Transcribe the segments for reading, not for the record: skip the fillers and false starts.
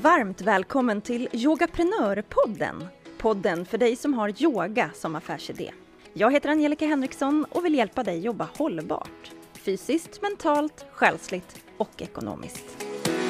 Varmt välkommen till Yogaprenörpodden. Podden för dig som har yoga som affärsidé. Jag heter Angelica Henriksson och vill hjälpa dig jobba hållbart. Fysiskt, mentalt, själsligt och ekonomiskt.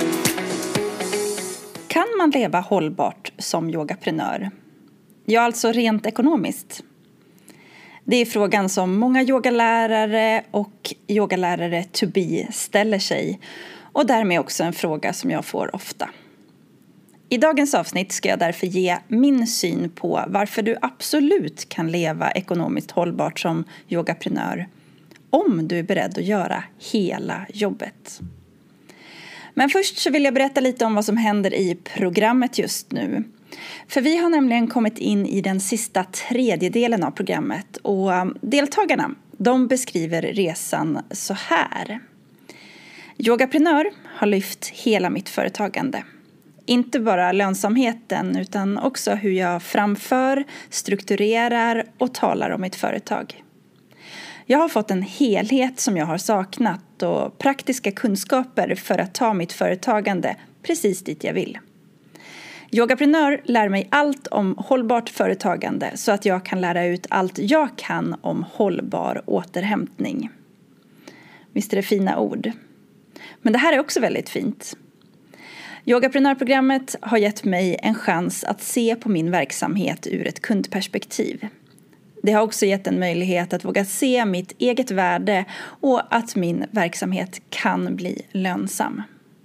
Kan man leva hållbart som yogaprenör? Ja, alltså rent ekonomiskt. Det är frågan som många yogalärare och yogalärare to be ställer sig. Och därmed också en fråga som jag får ofta. I dagens avsnitt ska jag därför ge min syn på varför du absolut kan leva ekonomiskt hållbart som yogaprenör. Om du är beredd att göra hela jobbet. Men först så vill jag berätta lite om vad som händer i programmet just nu. För vi har nämligen kommit in i den sista tredjedelen av programmet. Och deltagarna, de beskriver resan så här. Yogaprenör har lyft hela mitt företagande. Inte bara lönsamheten utan också hur jag framför, strukturerar och talar om mitt företag. Jag har fått en helhet som jag har saknat och praktiska kunskaper för att ta mitt företagande precis dit jag vill. Yogaprenör lär mig allt om hållbart företagande så att jag kan lära ut allt jag kan om hållbar återhämtning. Visst är det fina ord? Men det här är också väldigt fint. Yogaprenörprogrammet har gett mig en chans att se på min verksamhet ur ett kundperspektiv. Det har också gett en möjlighet att våga se mitt eget värde och att min verksamhet kan bli lönsam.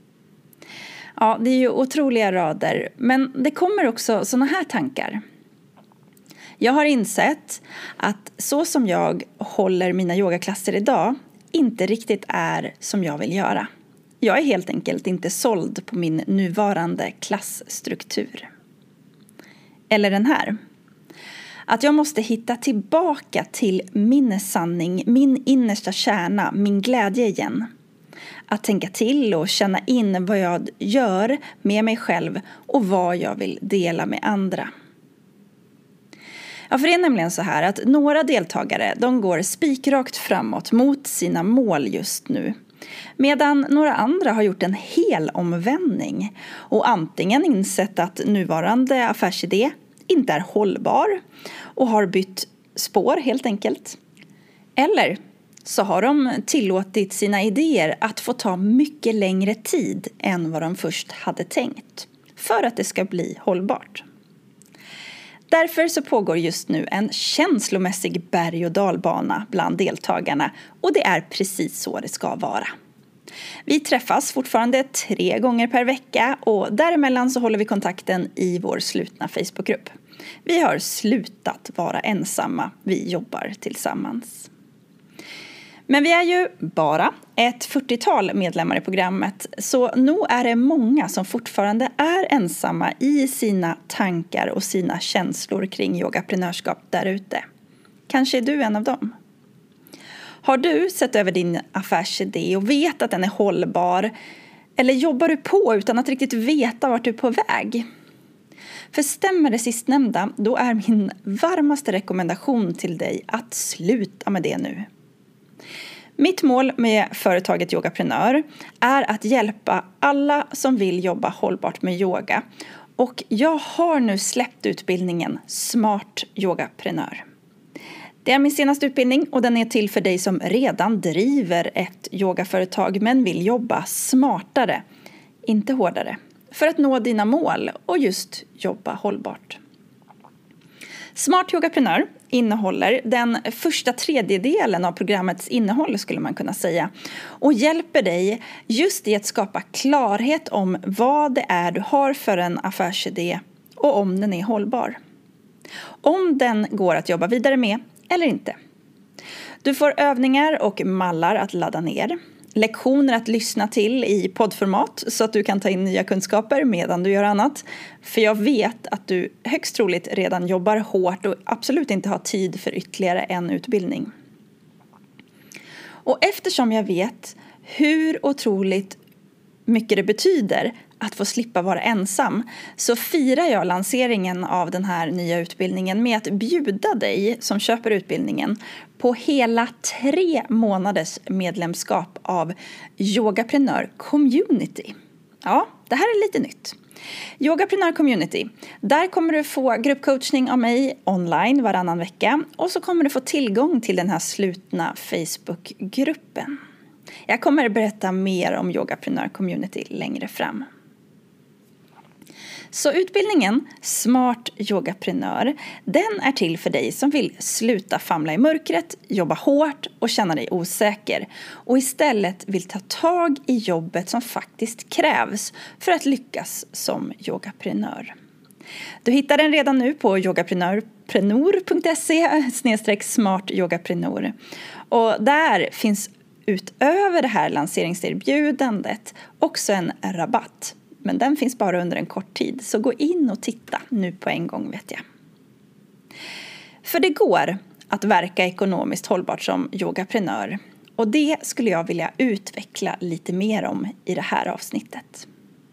Ja, det är ju otroliga rader, men det kommer också såna här tankar. Jag har insett att så som jag håller mina yogaklasser idag inte riktigt är som jag vill göra. Jag är helt enkelt inte såld på min nuvarande klassstruktur. Eller den här. Att jag måste hitta tillbaka till min sanning, min innersta kärna, min glädje igen. Att tänka till och känna in vad jag gör med mig själv och vad jag vill dela med andra. Ja, för det är nämligen så här att några deltagare, de går spikrakt framåt mot sina mål just nu. Medan några andra har gjort en hel omvändning och antingen insett att nuvarande affärsidé inte är hållbar och har bytt spår helt enkelt. Eller så har de tillåtit sina idéer att få ta mycket längre tid än vad de först hade tänkt för att det ska bli hållbart. Därför så pågår just nu en känslomässig berg- och dalbana bland deltagarna och det är precis så det ska vara. Vi träffas fortfarande 3 gånger per vecka och däremellan så håller vi kontakten i vår slutna Facebookgrupp. Vi har slutat vara ensamma, vi jobbar tillsammans. Men vi är ju bara ett 40-tal medlemmar i programmet så nog är det många som fortfarande är ensamma i sina tankar och sina känslor kring yogaprenörskap där ute. Kanske är du en av dem. Har du sett över din affärsidé och vet att den är hållbar? Eller jobbar du på utan att riktigt veta vart du är på väg? För stämmer det sistnämnda, då är min varmaste rekommendation till dig att sluta med det nu. Mitt mål med företaget Yogaprenör är att hjälpa alla som vill jobba hållbart med yoga. Och jag har nu släppt utbildningen Smart Yogaprenör. Det är min senaste utbildning och den är till för dig som redan driver ett yogaföretag men vill jobba smartare, inte hårdare, för att nå dina mål och just jobba hållbart. Smart Yogaprenör innehåller den första tredjedelen av programmets innehåll skulle man kunna säga och hjälper dig just i att skapa klarhet om vad det är du har för en affärsidé och om den är hållbar. Om den går att jobba vidare med eller inte. Du får övningar och mallar att ladda ner. Lektioner att lyssna till i poddformat så att du kan ta in nya kunskaper medan du gör annat. För jag vet att du högst troligt redan jobbar hårt och absolut inte har tid för ytterligare en utbildning. Och eftersom jag vet hur otroligt mycket det betyder att få slippa vara ensam så firar jag lanseringen av den här nya utbildningen med att bjuda dig som köper utbildningen på hela 3 månaders medlemskap av Yogaprenör Community. Ja, det här är lite nytt. Yogaprenör Community. Där kommer du få gruppcoachning av mig online varannan vecka. Och så kommer du få tillgång till den här slutna Facebookgruppen. Jag kommer berätta mer om Yogaprenör Community längre fram. Så utbildningen Smart Yogaprenör, den är till för dig som vill sluta famla i mörkret, jobba hårt och känna dig osäker. Och istället vill ta tag i jobbet som faktiskt krävs för att lyckas som yogaprenör. Du hittar den redan nu på yogaprenör.se/smartyogaprenör. Och där finns utöver det här lanseringserbjudandet också en rabatt. Men den finns bara under en kort tid, så gå in och titta nu på en gång, vet jag. För det går att verka ekonomiskt hållbart som yogaprenör. Och det skulle jag vilja utveckla lite mer om i det här avsnittet.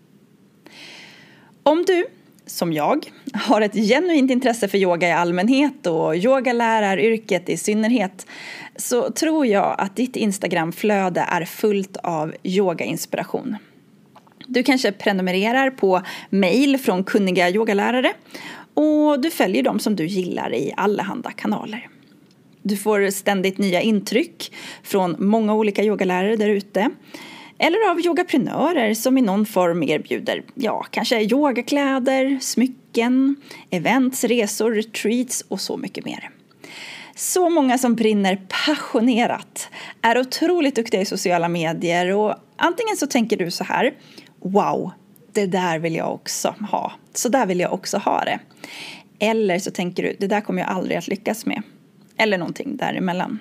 Om du, som jag, har ett genuint intresse för yoga i allmänhet och yogaläraryrket i synnerhet, så tror jag att ditt Instagramflöde är fullt av yogainspiration. Du kanske prenumererar på mejl från kunniga yogalärare och du följer dem som du gillar i allehanda kanaler. Du får ständigt nya intryck från många olika yogalärare där ute. Eller av yogaprenörer som i någon form erbjuder, kanske yogakläder, smycken, events, resor, retreats och så mycket mer. Så många som brinner passionerat, är otroligt duktiga i sociala medier och antingen så tänker du så här: wow, det där vill jag också ha. Så där vill jag också ha det. Eller så tänker du, det där kommer jag aldrig att lyckas med. Eller någonting däremellan.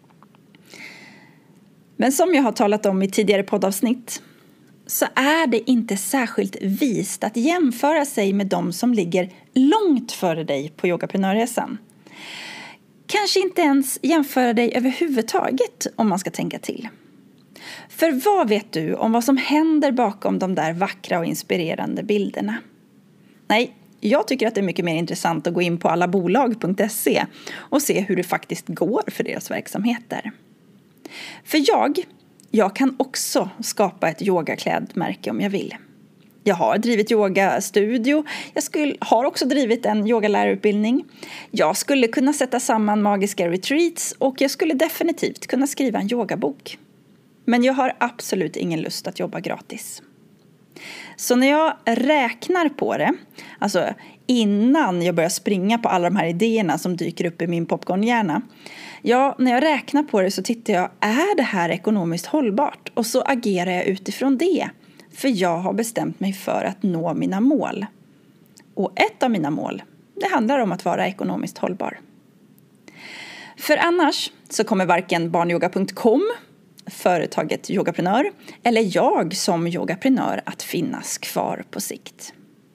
Men som jag har talat om i tidigare poddavsnitt, så är det inte särskilt vist att jämföra sig med de som ligger långt före dig på yogaprenörresan. Kanske inte ens jämföra dig överhuvudtaget om man ska tänka till. För vad vet du om vad som händer bakom de där vackra och inspirerande bilderna? Nej, jag tycker att det är mycket mer intressant att gå in på allabolag.se och se hur det faktiskt går för deras verksamheter. För jag kan också skapa ett yogaklädmärke om jag vill. Jag har drivit yogastudio. Har också drivit en yogalärarutbildning. Jag skulle kunna sätta samman magiska retreats och jag skulle definitivt kunna skriva en yogabok. Men jag har absolut ingen lust att jobba gratis. Så när jag räknar på det, alltså innan jag börjar springa på alla de här idéerna som dyker upp i min popcornhjärna. När jag räknar på det så tittar jag, är det här ekonomiskt hållbart? Och så agerar jag utifrån det. För jag har bestämt mig för att nå mina mål. Och ett av mina mål, det handlar om att vara ekonomiskt hållbar. För annars så kommer varken barnyoga.com, företaget Yogaprenör, eller jag som yogaprenör att finnas kvar på sikt.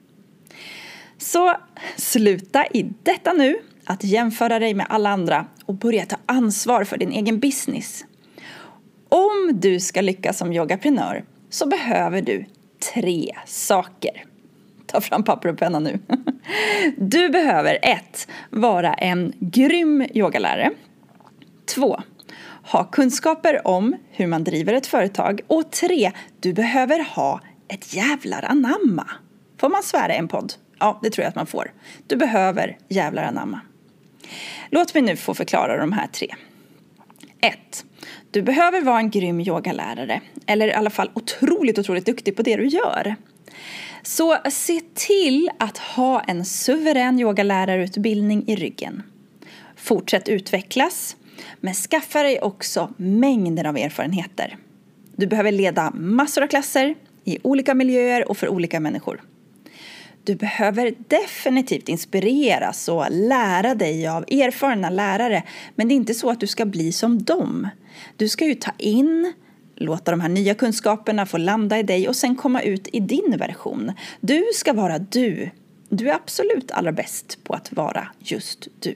Så sluta i detta nu att jämföra dig med alla andra och börja ta ansvar för din egen business. Om du ska lyckas som yogaprenör så behöver du 3 saker. Ta fram papper och penna nu. Du behöver 1. Vara en grym yogalärare. 2. Ha kunskaper om hur man driver ett företag. Och 3. Du behöver ha ett jävlar anamma. Får man svära i en podd? Ja, det tror jag att man får. Du behöver jävlar anamma. Låt mig nu få förklara de här 3. 1. Du behöver vara en grym yogalärare. Eller i alla fall otroligt duktig på det du gör. Så se till att ha en suverän yogalärarutbildning i ryggen. Fortsätt utvecklas. Men skaffa dig också mängder av erfarenheter. Du behöver leda massor av klasser i olika miljöer och för olika människor. Du behöver definitivt inspireras och lära dig av erfarna lärare. Men det är inte så att du ska bli som dem. Du ska ju ta in, låta de här nya kunskaperna få landa i dig och sen komma ut i din version. Du ska vara du. Du är absolut allra bäst på att vara just du.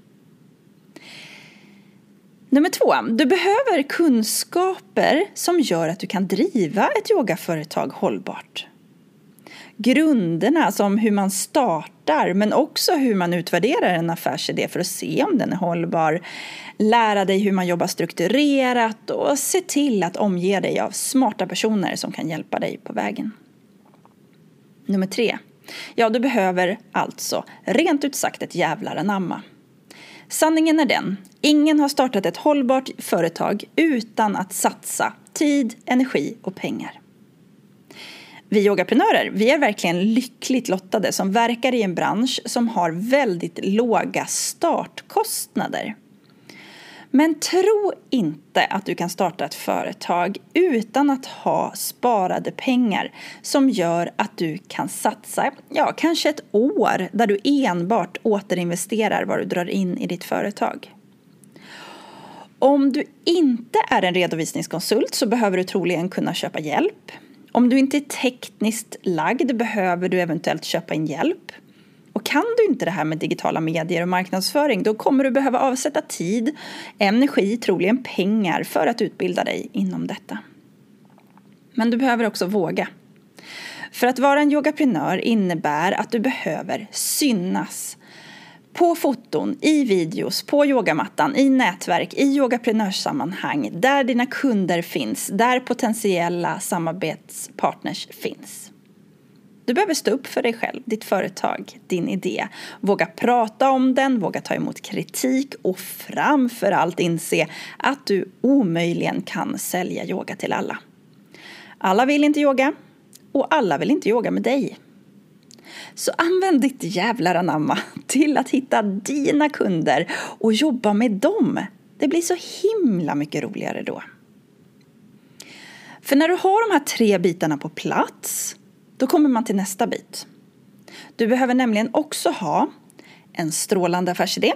Nummer 2. Du behöver kunskaper som gör att du kan driva ett yogaföretag hållbart. Grunderna som hur man startar men också hur man utvärderar en affärsidé för att se om den är hållbar. Lära dig hur man jobbar strukturerat och se till att omge dig av smarta personer som kan hjälpa dig på vägen. Nummer 3. Ja, du behöver alltså rent ut sagt ett jävlar anamma. Sanningen är den, ingen har startat ett hållbart företag utan att satsa tid, energi och pengar. Vi yogaprenörer, vi är verkligen lyckligt lottade som verkar i en bransch som har väldigt låga startkostnader. Men tro inte att du kan starta ett företag utan att ha sparade pengar som gör att du kan satsa, kanske ett år där du enbart återinvesterar vad du drar in i ditt företag. Om du inte är en redovisningskonsult så behöver du troligen kunna köpa hjälp. Om du inte är tekniskt lagd behöver du eventuellt köpa in hjälp. Och kan du inte det här med digitala medier och marknadsföring, då kommer du behöva avsätta tid, energi, troligen pengar för att utbilda dig inom detta. Men du behöver också våga. För att vara en yogaprenör innebär att du behöver synas på foton, i videos, på yogamattan, i nätverk, i yogaprenörssammanhang, där dina kunder finns, där potentiella samarbetspartners finns. Du behöver stå upp för dig själv, ditt företag, din idé. Våga prata om den, våga ta emot kritik och framförallt inse att du omöjligen kan sälja yoga till alla. Alla vill inte yoga och alla vill inte yoga med dig. Så använd ditt jävlar anamma till att hitta dina kunder och jobba med dem. Det blir så himla mycket roligare då. För när du har de här 3 bitarna på plats, då kommer man till nästa bit. Du behöver nämligen också ha en strålande affärsidé,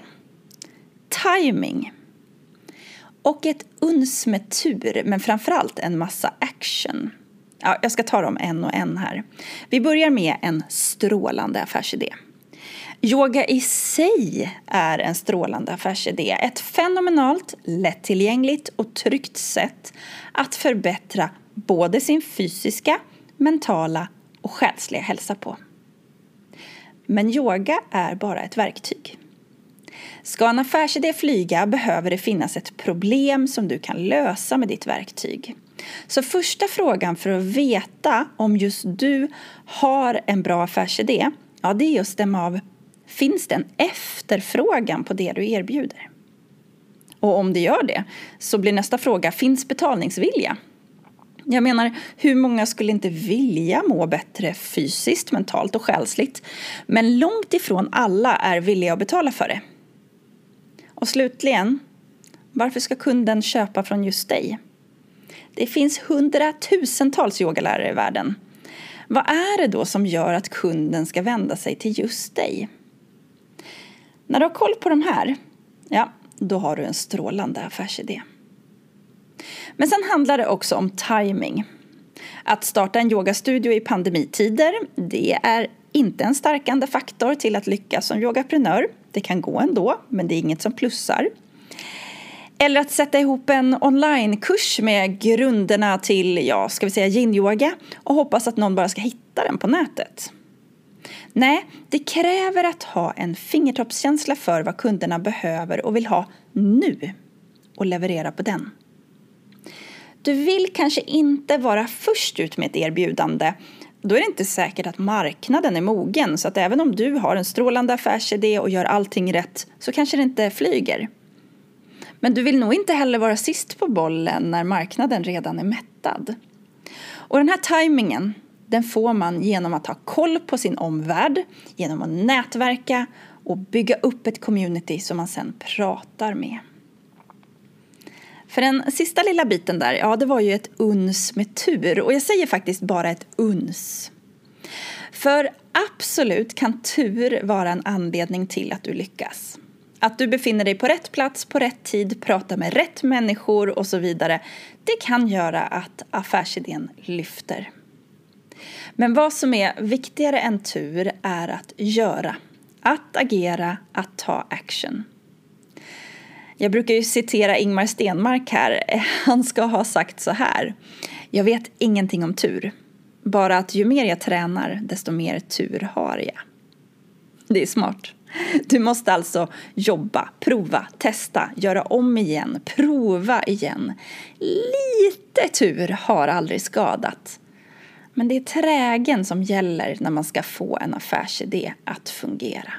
timing och ett uns med tur, men framförallt en massa action. Ja, jag ska ta dem en och en här. Vi börjar med en strålande affärsidé. Yoga i sig är en strålande affärsidé. Ett fenomenalt, lättillgängligt och tryggt sätt att förbättra både sin fysiska, mentala och själsliga hälsa på. Men yoga är bara ett verktyg. Ska en affärsidé flyga behöver det finnas ett problem som du kan lösa med ditt verktyg. Så första frågan för att veta om just du har en bra affärsidé, det är att stämma av, finns det en efterfrågan på det du erbjuder? Och om det gör det så blir nästa fråga, finns betalningsvilja? Jag menar, hur många skulle inte vilja må bättre fysiskt, mentalt och själsligt? Men långt ifrån alla är villiga att betala för det. Och slutligen, varför ska kunden köpa från just dig? Det finns 100,000-tals yogalärare i världen. Vad är det då som gör att kunden ska vända sig till just dig? När du har koll på de här, då har du en strålande affärsidé. Men sen handlar det också om timing. Att starta en yogastudio i pandemitider, det är inte en stärkande faktor till att lyckas som yogaprenör. Det kan gå ändå, men det är inget som plussar. Eller att sätta ihop en onlinekurs med grunderna till, yin-yoga och hoppas att någon bara ska hitta den på nätet. Nej, det kräver att ha en fingertoppskänsla för vad kunderna behöver och vill ha nu och leverera på den. Du vill kanske inte vara först ut med ett erbjudande. Då är det inte säkert att marknaden är mogen, så att även om du har en strålande affärsidé och gör allting rätt så kanske det inte flyger. Men du vill nog inte heller vara sist på bollen när marknaden redan är mättad. Och den här timingen, den får man genom att ha koll på sin omvärld, genom att nätverka och bygga upp ett community som man sedan pratar med. För den sista lilla biten där, det var ju ett uns med tur. Och jag säger faktiskt bara ett uns. För absolut kan tur vara en anledning till att du lyckas. Att du befinner dig på rätt plats, på rätt tid, pratar med rätt människor och så vidare. Det kan göra att affärsidén lyfter. Men vad som är viktigare än tur är att göra. Att agera, att ta action. Jag brukar ju citera Ingmar Stenmark här. Han ska ha sagt så här: jag vet ingenting om tur. Bara att ju mer jag tränar, desto mer tur har jag. Det är smart. Du måste alltså jobba, prova, testa, göra om igen, prova igen. Lite tur har aldrig skadat. Men det är trägen som gäller när man ska få en affärsidé att fungera.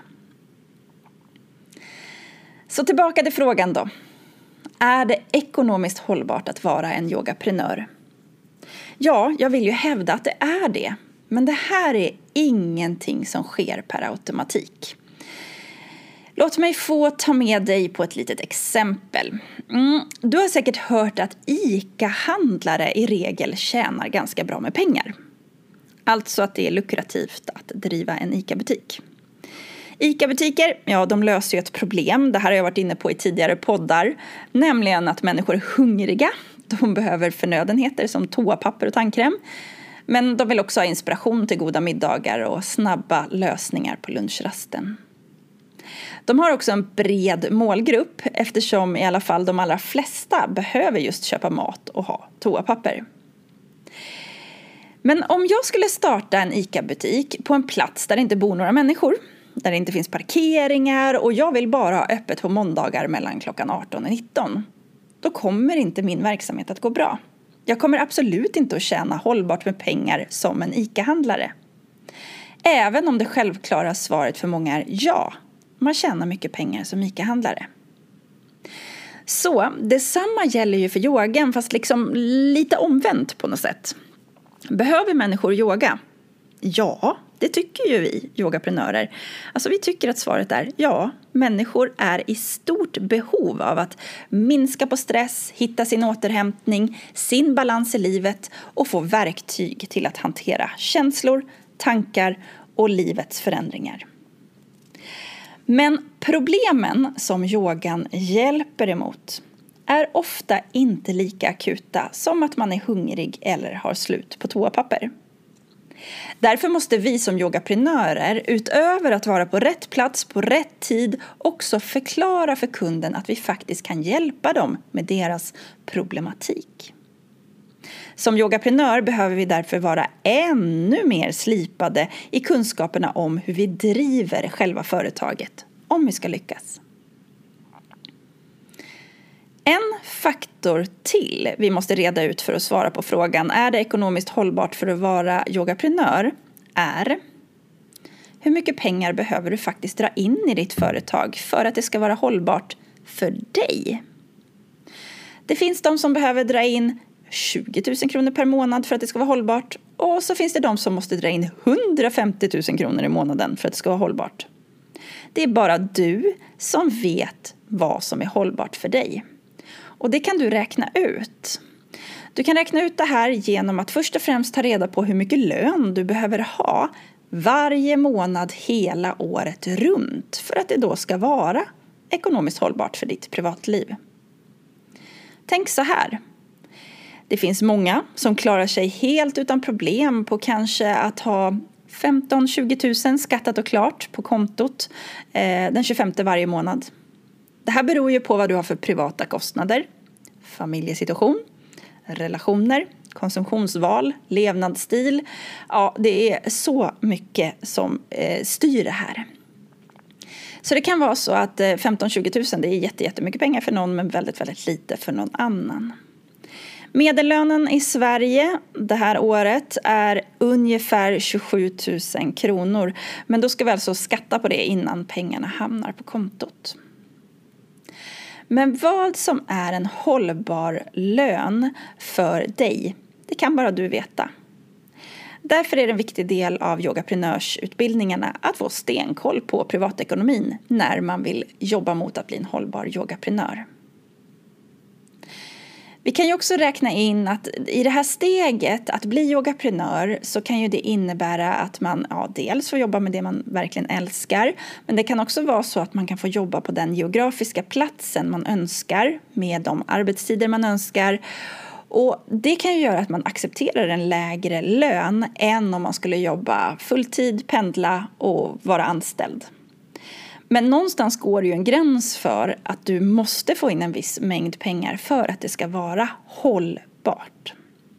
Så tillbaka till frågan då. Är det ekonomiskt hållbart att vara en yogaprenör? Ja, jag vill ju hävda att det är det. Men det här är ingenting som sker per automatik. Låt mig få ta med dig på ett litet exempel. Du har säkert hört att ICA-handlare i regel tjänar ganska bra med pengar. Alltså att det är lukrativt att driva en ICA-butik. ICA-butiker, ja, de löser ju ett problem. Det här har jag varit inne på i tidigare poddar. Nämligen att människor är hungriga. De behöver förnödenheter som toapapper och tandkräm. Men de vill också ha inspiration till goda middagar och snabba lösningar på lunchrasten. De har också en bred målgrupp eftersom i alla fall de allra flesta behöver just köpa mat och ha toapapper. Men om jag skulle starta en ICA-butik på en plats där det inte bor några människor, där det inte finns parkeringar och jag vill bara ha öppet på måndagar mellan klockan 18 och 19, då kommer inte min verksamhet att gå bra. Jag kommer absolut inte att tjäna hållbart med pengar som en ICA-handlare. Även om det självklara svaret för många är ja, man tjänar mycket pengar som ICA-handlare. Så detsamma gäller ju för yogan, fast liksom lite omvänt på något sätt. Behöver människor yoga? Ja, det tycker ju vi yogaprenörer. Alltså vi tycker att svaret är ja, människor är i stort behov av att minska på stress, hitta sin återhämtning, sin balans i livet och få verktyg till att hantera känslor, tankar och livets förändringar. Men problemen som yogan hjälper emot är ofta inte lika akuta som att man är hungrig eller har slut på toapapper. Därför måste vi som yogaprenörer utöver att vara på rätt plats på rätt tid också förklara för kunden att vi faktiskt kan hjälpa dem med deras problematik. Som yogaprenör behöver vi därför vara ännu mer slipade i kunskaperna om hur vi driver själva företaget om vi ska lyckas. En faktor till vi måste reda ut för att svara på frågan är det ekonomiskt hållbart för att vara yogaprenör är: hur mycket pengar behöver du faktiskt dra in i ditt företag för att det ska vara hållbart för dig? Det finns de som behöver dra in 20 000 kronor per månad för att det ska vara hållbart, och så finns det de som måste dra in 150 000 kronor i månaden för att det ska vara hållbart. Det är bara du som vet vad som är hållbart för dig. Och det kan du räkna ut. Du kan räkna ut det här genom att först och främst ta reda på hur mycket lön du behöver ha varje månad hela året runt för att det då ska vara ekonomiskt hållbart för ditt privatliv. Tänk så här. Det finns många som klarar sig helt utan problem på kanske att ha 15-20 000 skattat och klart på kontot den 25 varje månad. Det här beror ju på vad du har för privata kostnader, familjesituation, relationer, konsumtionsval, levnadsstil. Ja, det är så mycket som styr det här. Så det kan vara så att 15-20 000 det är jättemycket pengar för någon men väldigt, väldigt lite för någon annan. Medellönen i Sverige det här året är ungefär 27 000 kronor. Men då ska vi alltså skatta på det innan pengarna hamnar på kontot. Men vad som är en hållbar lön för dig, det kan bara du veta. Därför är det en viktig del av yogaprenörsutbildningarna att få stenkoll på privatekonomin när man vill jobba mot att bli en hållbar yogaprenör. Vi kan ju också räkna in att i det här steget att bli yogaprenör så kan ju det innebära att man dels får jobba med det man verkligen älskar. Men det kan också vara så att man kan få jobba på den geografiska platsen man önskar med de arbetstider man önskar. Och det kan ju göra att man accepterar en lägre lön än om man skulle jobba fulltid, pendla och vara anställd. Men någonstans går det ju en gräns för att du måste få in en viss mängd pengar för att det ska vara hållbart.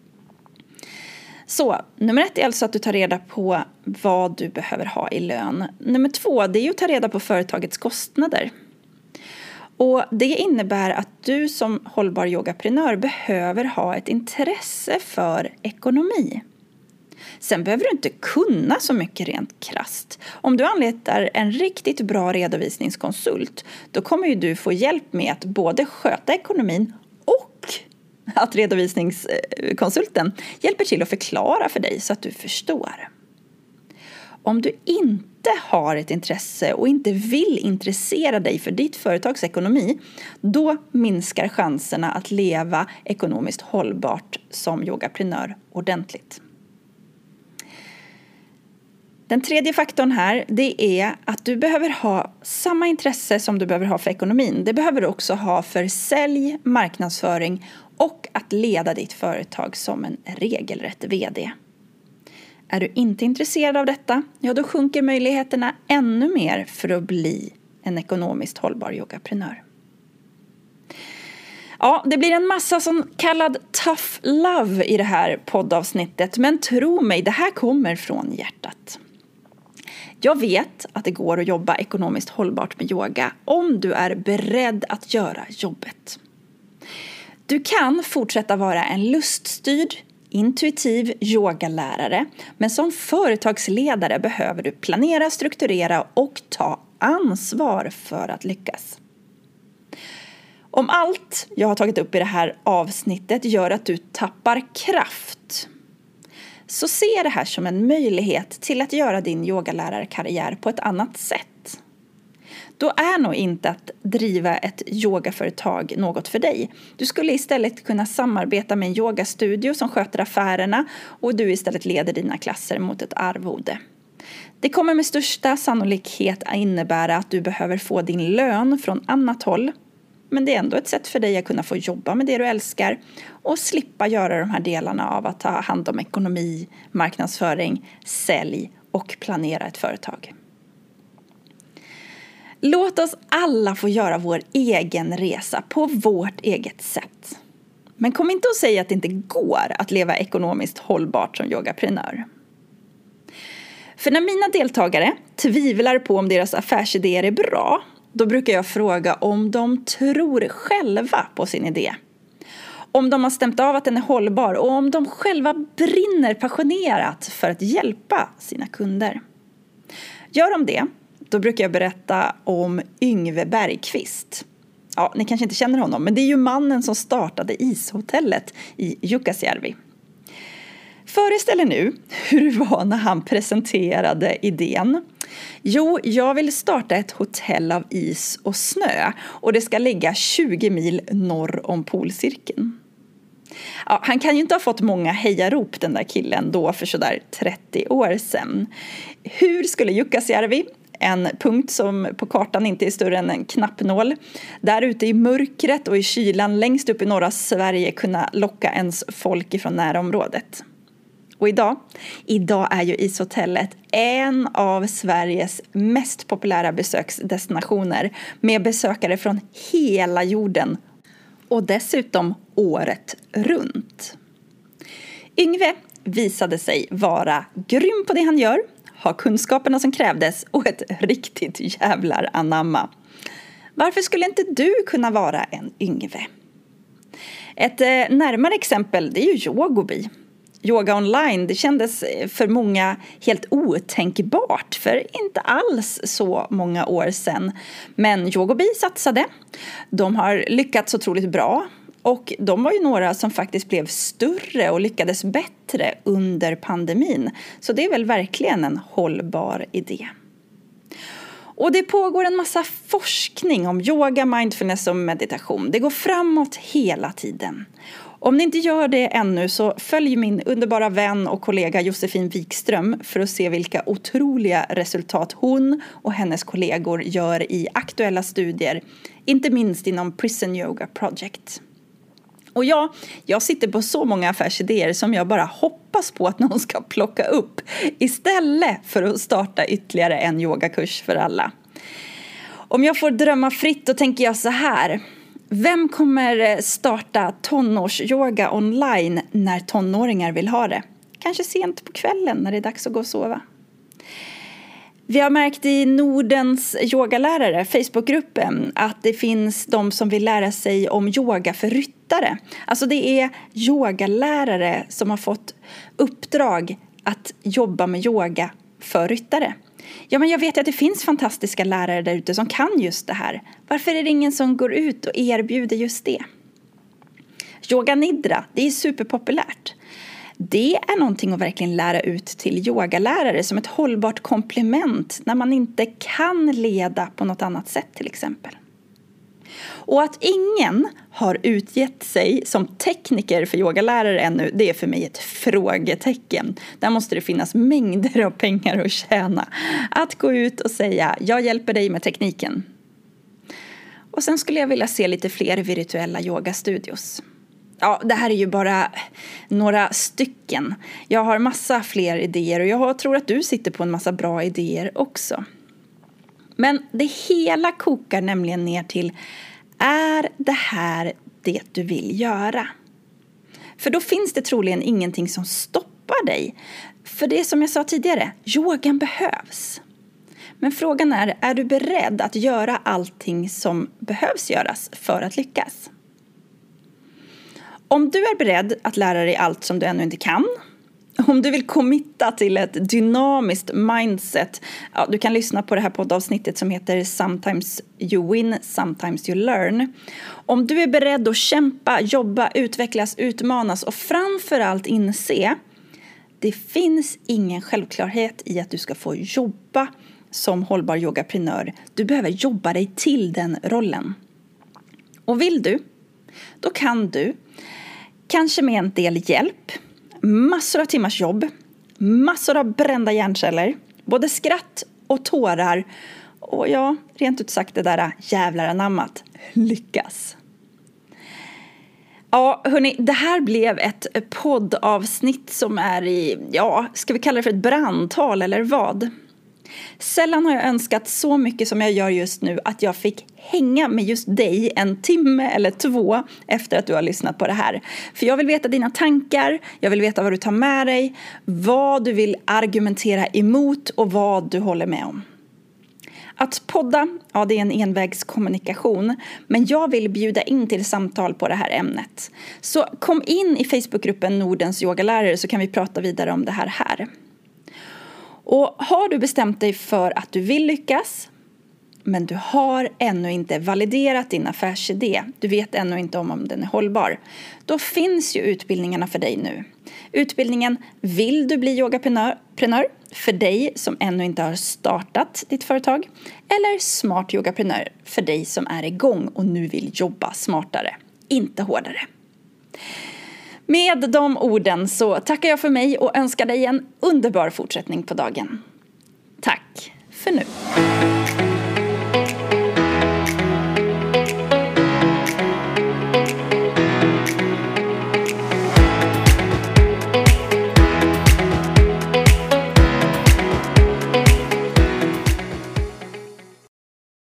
Så nummer 1 är alltså att du tar reda på vad du behöver ha i lön. Nummer 2 det är ju att ta reda på företagets kostnader. Och det innebär att du som hållbar yogaprenör behöver ha ett intresse för ekonomi. Sen behöver du inte kunna så mycket rent krasst. Om du anlitar en riktigt bra redovisningskonsult, då kommer ju du få hjälp med att både sköta ekonomin och att redovisningskonsulten hjälper till att förklara för dig så att du förstår. Om du inte har ett intresse och inte vill intressera dig för ditt företags ekonomi, då minskar chanserna att leva ekonomiskt hållbart som yogaprenör ordentligt. Den tredje faktorn här, det är att du behöver ha samma intresse som du behöver ha för ekonomin. Det behöver du också ha för sälj, marknadsföring och att leda ditt företag som en regelrätt vd. Är du inte intresserad av detta, ja då sjunker möjligheterna ännu mer för att bli en ekonomiskt hållbar yogaprenör. Ja, det blir en massa så kallad tough love i det här poddavsnittet, men tro mig, det här kommer från hjärtat. Jag vet att det går att jobba ekonomiskt hållbart med yoga om du är beredd att göra jobbet. Du kan fortsätta vara en luststyrd, intuitiv yogalärare, men som företagsledare behöver du planera, strukturera och ta ansvar för att lyckas. Om allt jag har tagit upp i det här avsnittet gör att du tappar kraft, så se det här som en möjlighet till att göra din yogalärarkarriär på ett annat sätt. Då är nog inte att driva ett yogaföretag något för dig. Du skulle istället kunna samarbeta med en yogastudio som sköter affärerna och du istället leder dina klasser mot ett arvode. Det kommer med största sannolikhet att innebära att du behöver få din lön från annat håll. Men det är ändå ett sätt för dig att kunna få jobba med det du älskar och slippa göra de här delarna av att ta hand om ekonomi, marknadsföring, sälj och planera ett företag. Låt oss alla få göra vår egen resa på vårt eget sätt. Men kom inte att säga att det inte går att leva ekonomiskt hållbart som yogaprenör. För när mina deltagare tvivlar på om deras affärsidéer är bra, då brukar jag fråga om de tror själva på sin idé. Om de har stämt av att den är hållbar och om de själva brinner passionerat för att hjälpa sina kunder. Gör de det, då brukar jag berätta om Yngve Bergqvist. Ja, ni kanske inte känner honom, men det är ju mannen som startade ishotellet i Jukkasjärvi. Föreställ er nu hur det var när han presenterade idén. Jo, jag vill starta ett hotell av is och snö och det ska ligga 20 mil norr om polcirkeln. Ja, han kan ju inte ha fått många hejarop den där killen då för sådär 30 år sedan. Hur skulle Jukkasjärvi, en punkt som på kartan inte är större än en knappnål, där ute i mörkret och i kylan längst upp i norra Sverige kunna locka ens folk ifrån närområdet? Och idag är ju ishotellet en av Sveriges mest populära besöksdestinationer med besökare från hela jorden och dessutom året runt. Yngve visade sig vara grym på det han gör, ha kunskaperna som krävdes och ett riktigt jävlar anamma. Varför skulle inte du kunna vara en Yngve? Ett närmare exempel, det är ju Yogobi. Yoga online, det kändes för många helt otänkbart för inte alls så många år sedan. Men Yogobi satsade. De har lyckats otroligt bra och de var ju några som faktiskt blev större och lyckades bättre under pandemin. Så det är väl verkligen en hållbar idé. Och det pågår en massa forskning om yoga, mindfulness och meditation. Det går framåt hela tiden. Om ni inte gör det ännu så följ min underbara vän och kollega Josefin Wikström för att se vilka otroliga resultat hon och hennes kollegor gör i aktuella studier, inte minst inom Prison Yoga Project. Och jag sitter på så många affärsidéer som jag bara hoppas på att någon ska plocka upp istället för att starta ytterligare en yogakurs för alla. Om jag får drömma fritt då tänker jag så här: vem kommer starta tonårsyoga online när tonåringar vill ha det? Kanske sent på kvällen när det är dags att gå och sova. Vi har märkt i Nordens yogalärare, Facebookgruppen, att det finns de som vill lära sig om yoga för ryttare. Alltså det är yogalärare som har fått uppdrag att jobba med yoga för ryttare? Ja, men jag vet att det finns fantastiska lärare där ute som kan just det här. Varför är det ingen som går ut och erbjuder just det? Yoga nidra, det är superpopulärt. Det är någonting att verkligen lära ut till yogalärare som ett hållbart komplement när man inte kan leda på något annat sätt till exempel. Och att ingen har utgett sig som tekniker för yogalärare ännu, det är för mig ett frågetecken. Där måste det finnas mängder av pengar att tjäna. Att gå ut och säga, jag hjälper dig med tekniken. Och sen skulle jag vilja se lite fler virtuella yogastudios. Ja, det här är ju bara några stycken. Jag har massa fler idéer och jag tror att du sitter på en massa bra idéer också. Men det hela kokar nämligen ner till, är det här det du vill göra? För då finns det troligen ingenting som stoppar dig. För det som jag sa tidigare, yogan behövs. Men frågan är du beredd att göra allting som behövs göras för att lyckas? Om du är beredd att lära dig allt som du ännu inte kan, om du vill committa till ett dynamiskt mindset, ja, du kan lyssna på det här poddavsnittet som heter Sometimes you win, sometimes you learn. Om du är beredd att kämpa, jobba, utvecklas, utmanas och framförallt inse, det finns ingen självklarhet i att du ska få jobba som hållbar yogaprenör. Du behöver jobba dig till den rollen. Och vill du, då kan du, kanske med en del hjälp, massor av timmars jobb, massor av brända hjärnceller, både skratt och tårar och ja, rent ut sagt det där jävlar anammat, lyckas. Ja, hörni, det här blev ett poddavsnitt som är i, ja, ska vi kalla det för ett brandtal eller vad? Sällan har jag önskat så mycket som jag gör just nu att jag fick hänga med just dig en timme eller 2 efter att du har lyssnat på det här. För jag vill veta dina tankar, jag vill veta vad du tar med dig, vad du vill argumentera emot och vad du håller med om. Att podda, ja, det är en envägskommunikation, men jag vill bjuda in till samtal på det här ämnet. Så kom in i Facebookgruppen Nordens yogalärare så kan vi prata vidare om det här. Och har du bestämt dig för att du vill lyckas, men du har ännu inte validerat din affärsidé, du vet ännu inte om den är hållbar, då finns ju utbildningarna för dig nu. Utbildningen Vill du bli yogaprenör för dig som ännu inte har startat ditt företag, eller Smart yogaprenör för dig som är igång och nu vill jobba smartare, inte hårdare. Med de orden så tackar jag för mig och önskar dig en underbar fortsättning på dagen. Tack för nu.